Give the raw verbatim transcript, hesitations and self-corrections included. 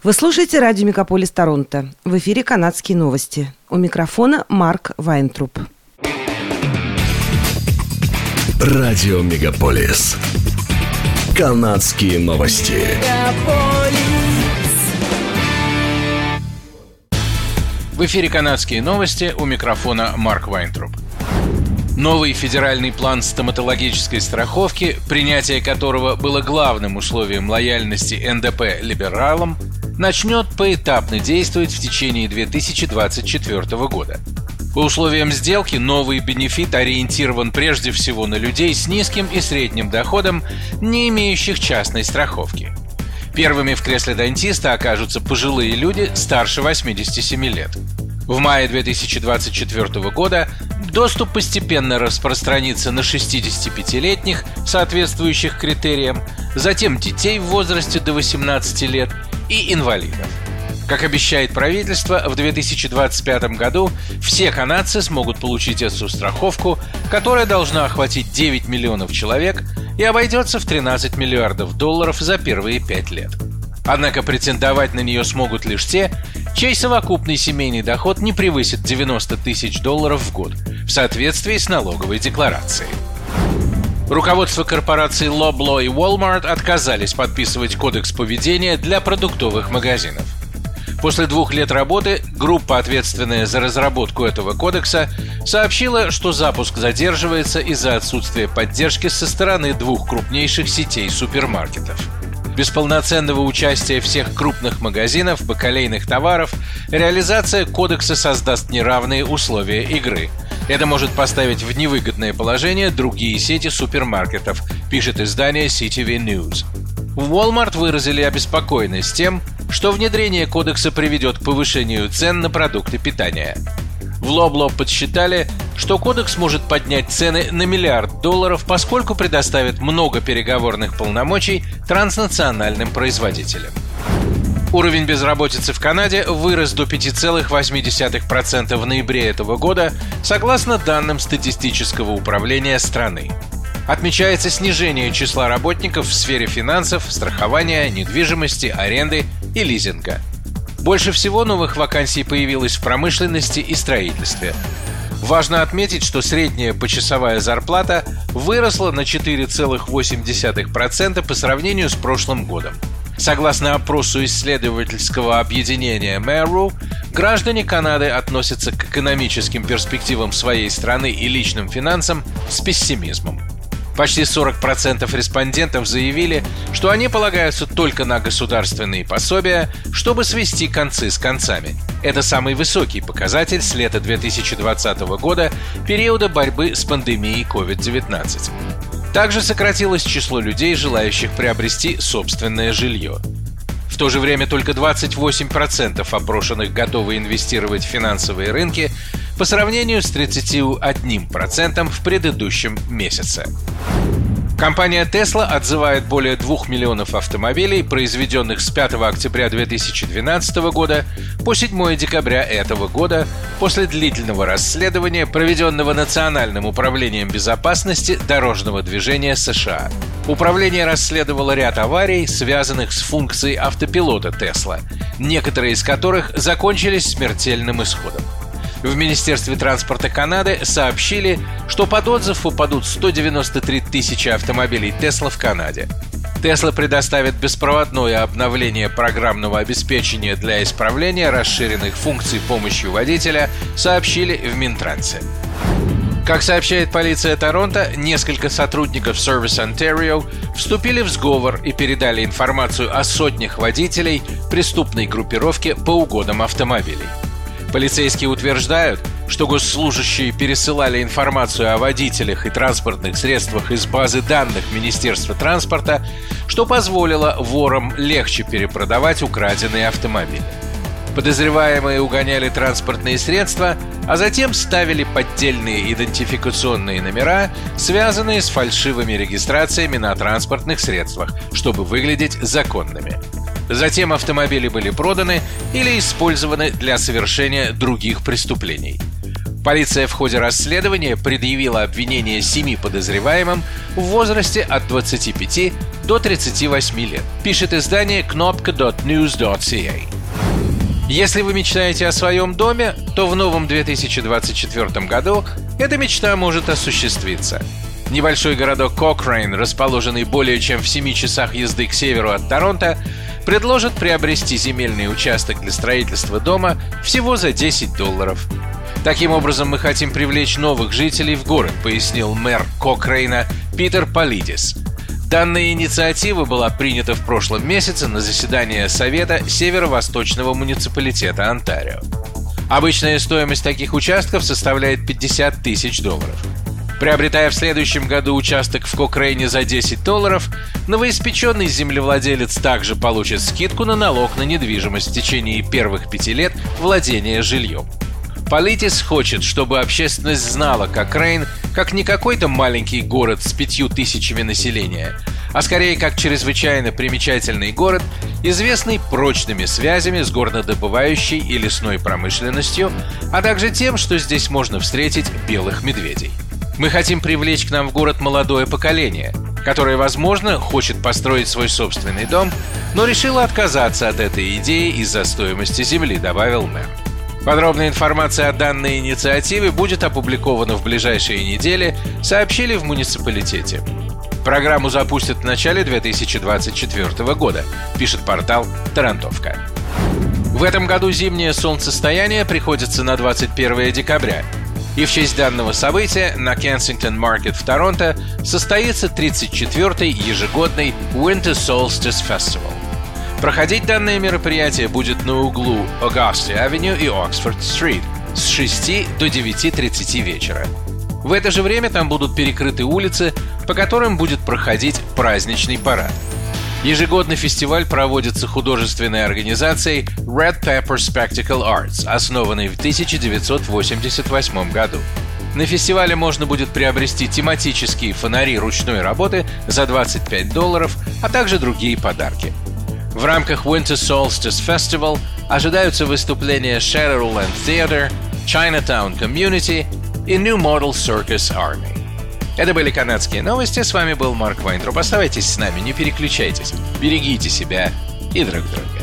Вы слушаете радио Мегаполис Торонто. В эфире канадские новости. У микрофона Марк Вайнтруп. Радио Мегаполис. Канадские новости. В эфире канадские новости. У микрофона Марк Вайнтруп. Новый федеральный план стоматологической страховки, принятие которого было главным условием лояльности эн дэ пэ либералам, начнет поэтапно действовать в течение две тысячи двадцать четвёртого года. По условиям сделки новый бенефит ориентирован прежде всего на людей с низким и средним доходом, не имеющих частной страховки. Первыми в кресле дантиста окажутся пожилые люди старше восьмидесяти семи лет. В мае две тысячи двадцать четвёртого года доступ постепенно распространится на шестидесятипятилетних, соответствующих критериям, затем детей в возрасте до восемнадцати лет и инвалидов. Как обещает правительство, в две тысячи двадцать пятом году все канадцы смогут получить эту страховку, которая должна охватить девять миллионов человек и обойдется в тринадцать миллиардов долларов за первые пять лет. Однако претендовать на нее смогут лишь те, чей совокупный семейный доход не превысит девяносто тысяч долларов в год, в соответствии с налоговой декларацией. Руководство корпораций Loblaw и Walmart отказались подписывать кодекс поведения для продуктовых магазинов. После двух лет работы группа, ответственная за разработку этого кодекса, сообщила, что запуск задерживается из-за отсутствия поддержки со стороны двух крупнейших сетей супермаркетов. Без полноценного участия всех крупных магазинов бакалейных товаров реализация кодекса создаст неравные условия игры. Это может поставить в невыгодное положение другие сети супермаркетов, пишет издание си ти ви News. В Walmart выразили обеспокоенность тем, что внедрение кодекса приведет к повышению цен на продукты питания. В Loblaw подсчитали, что кодекс может поднять цены на миллиард долларов, поскольку предоставит много переговорных полномочий транснациональным производителям. Уровень безработицы в Канаде вырос до пяти целых восьми десятых процента в ноябре этого года, согласно данным статистического управления страны. Отмечается снижение числа работников в сфере финансов, страхования, недвижимости, аренды и лизинга. Больше всего новых вакансий появилось в промышленности и строительстве. Важно отметить, что средняя почасовая зарплата выросла на четыре целых восемь десятых процента по сравнению с прошлым годом. Согласно опросу исследовательского объединения Merru, граждане Канады относятся к экономическим перспективам своей страны и личным финансам с пессимизмом. Почти сорок процентов респондентов заявили, что они полагаются только на государственные пособия, чтобы свести концы с концами. Это самый высокий показатель с лета две тысячи двадцатого года, периода борьбы с пандемией ковид девятнадцать. Также сократилось число людей, желающих приобрести собственное жилье. В то же время только двадцать восемь процентов опрошенных готовы инвестировать в финансовые рынки по сравнению с тридцатью одним процентом в предыдущем месяце. Компания Tesla отзывает более двух миллионов автомобилей, произведенных с пятого октября две тысячи двенадцатого года по седьмое декабря этого года, после длительного расследования, проведенного Национальным управлением безопасности дорожного движения США. Управление расследовало ряд аварий, связанных с функцией автопилота Tesla, некоторые из которых закончились смертельным исходом. В Министерстве транспорта Канады сообщили, что под отзыв попадут сто девяносто три тысячи автомобилей Tesla в Канаде. Tesla предоставит беспроводное обновление программного обеспечения для исправления расширенных функций помощи водителя, сообщили в Минтрансе. Как сообщает полиция Торонто, несколько сотрудников Service Ontario вступили в сговор и передали информацию о сотнях водителей преступной группировки по угонам автомобилей. Полицейские утверждают, что госслужащие пересылали информацию о водителях и транспортных средствах из базы данных Министерства транспорта, что позволило ворам легче перепродавать украденные автомобили. Подозреваемые угоняли транспортные средства, а затем ставили поддельные идентификационные номера, связанные с фальшивыми регистрациями на транспортных средствах, чтобы выглядеть законными. Затем автомобили были проданы или использованы для совершения других преступлений. Полиция в ходе расследования предъявила обвинение семи подозреваемым в возрасте от двадцати пяти до тридцати восьми лет, пишет издание кнопка точка ньюс точка си эй. Если вы мечтаете о своем доме, то в новом две тысячи двадцать четвёртом году эта мечта может осуществиться. Небольшой городок Кокрейн, расположенный более чем в семи часах езды к северу от Торонто, предложит приобрести земельный участок для строительства дома всего за десять долларов. Таким образом, мы хотим привлечь новых жителей в город, пояснил мэр Кокрейна Питер Палидис. Данная инициатива была принята в прошлом месяце на заседании Совета Северо-Восточного муниципалитета Онтарио. Обычная стоимость таких участков составляет пятьдесят тысяч долларов. Приобретая в следующем году участок в Кокрейне за десять долларов, новоиспеченный землевладелец также получит скидку на налог на недвижимость в течение первых пяти лет владения жильем. Палидис хочет, чтобы общественность знала Кокрейн как не какой-то маленький город с пятью тысячами населения, а скорее как чрезвычайно примечательный город, известный прочными связями с горнодобывающей и лесной промышленностью, а также тем, что здесь можно встретить белых медведей. Мы хотим привлечь к нам в город молодое поколение, которое, возможно, хочет построить свой собственный дом, но решило отказаться от этой идеи из-за стоимости земли, добавил мэр. Подробная информация о данной инициативе будет опубликована в ближайшие недели, сообщили в муниципалитете. Программу запустят в начале две тысячи двадцать четвёртого года, пишет портал «Тарантовка». В этом году зимнее солнцестояние приходится на двадцать первое декабря. И в честь данного события на Kensington Market в Торонто состоится тридцать четвёртый ежегодный Winter Solstice Festival. Проходить данное мероприятие будет на углу Augusta-авеню и Оксфорд-стрит с шести до девяти тридцати вечера. В это же время там будут перекрыты улицы, по которым будет проходить праздничный парад. Ежегодный фестиваль проводится художественной организацией Red Pepper Spectacle Arts, основанной в тысяча девятьсот восемьдесят восьмом году. На фестивале можно будет приобрести тематические фонари ручной работы за двадцать пять долларов, а также другие подарки. В рамках Winter Solstice Festival ожидаются выступления Shadowland Theatre, Chinatown Community и New Model Circus Army. Это были канадские новости, с вами был Марк Вайнтроп. Оставайтесь с нами, не переключайтесь, берегите себя и друг друга.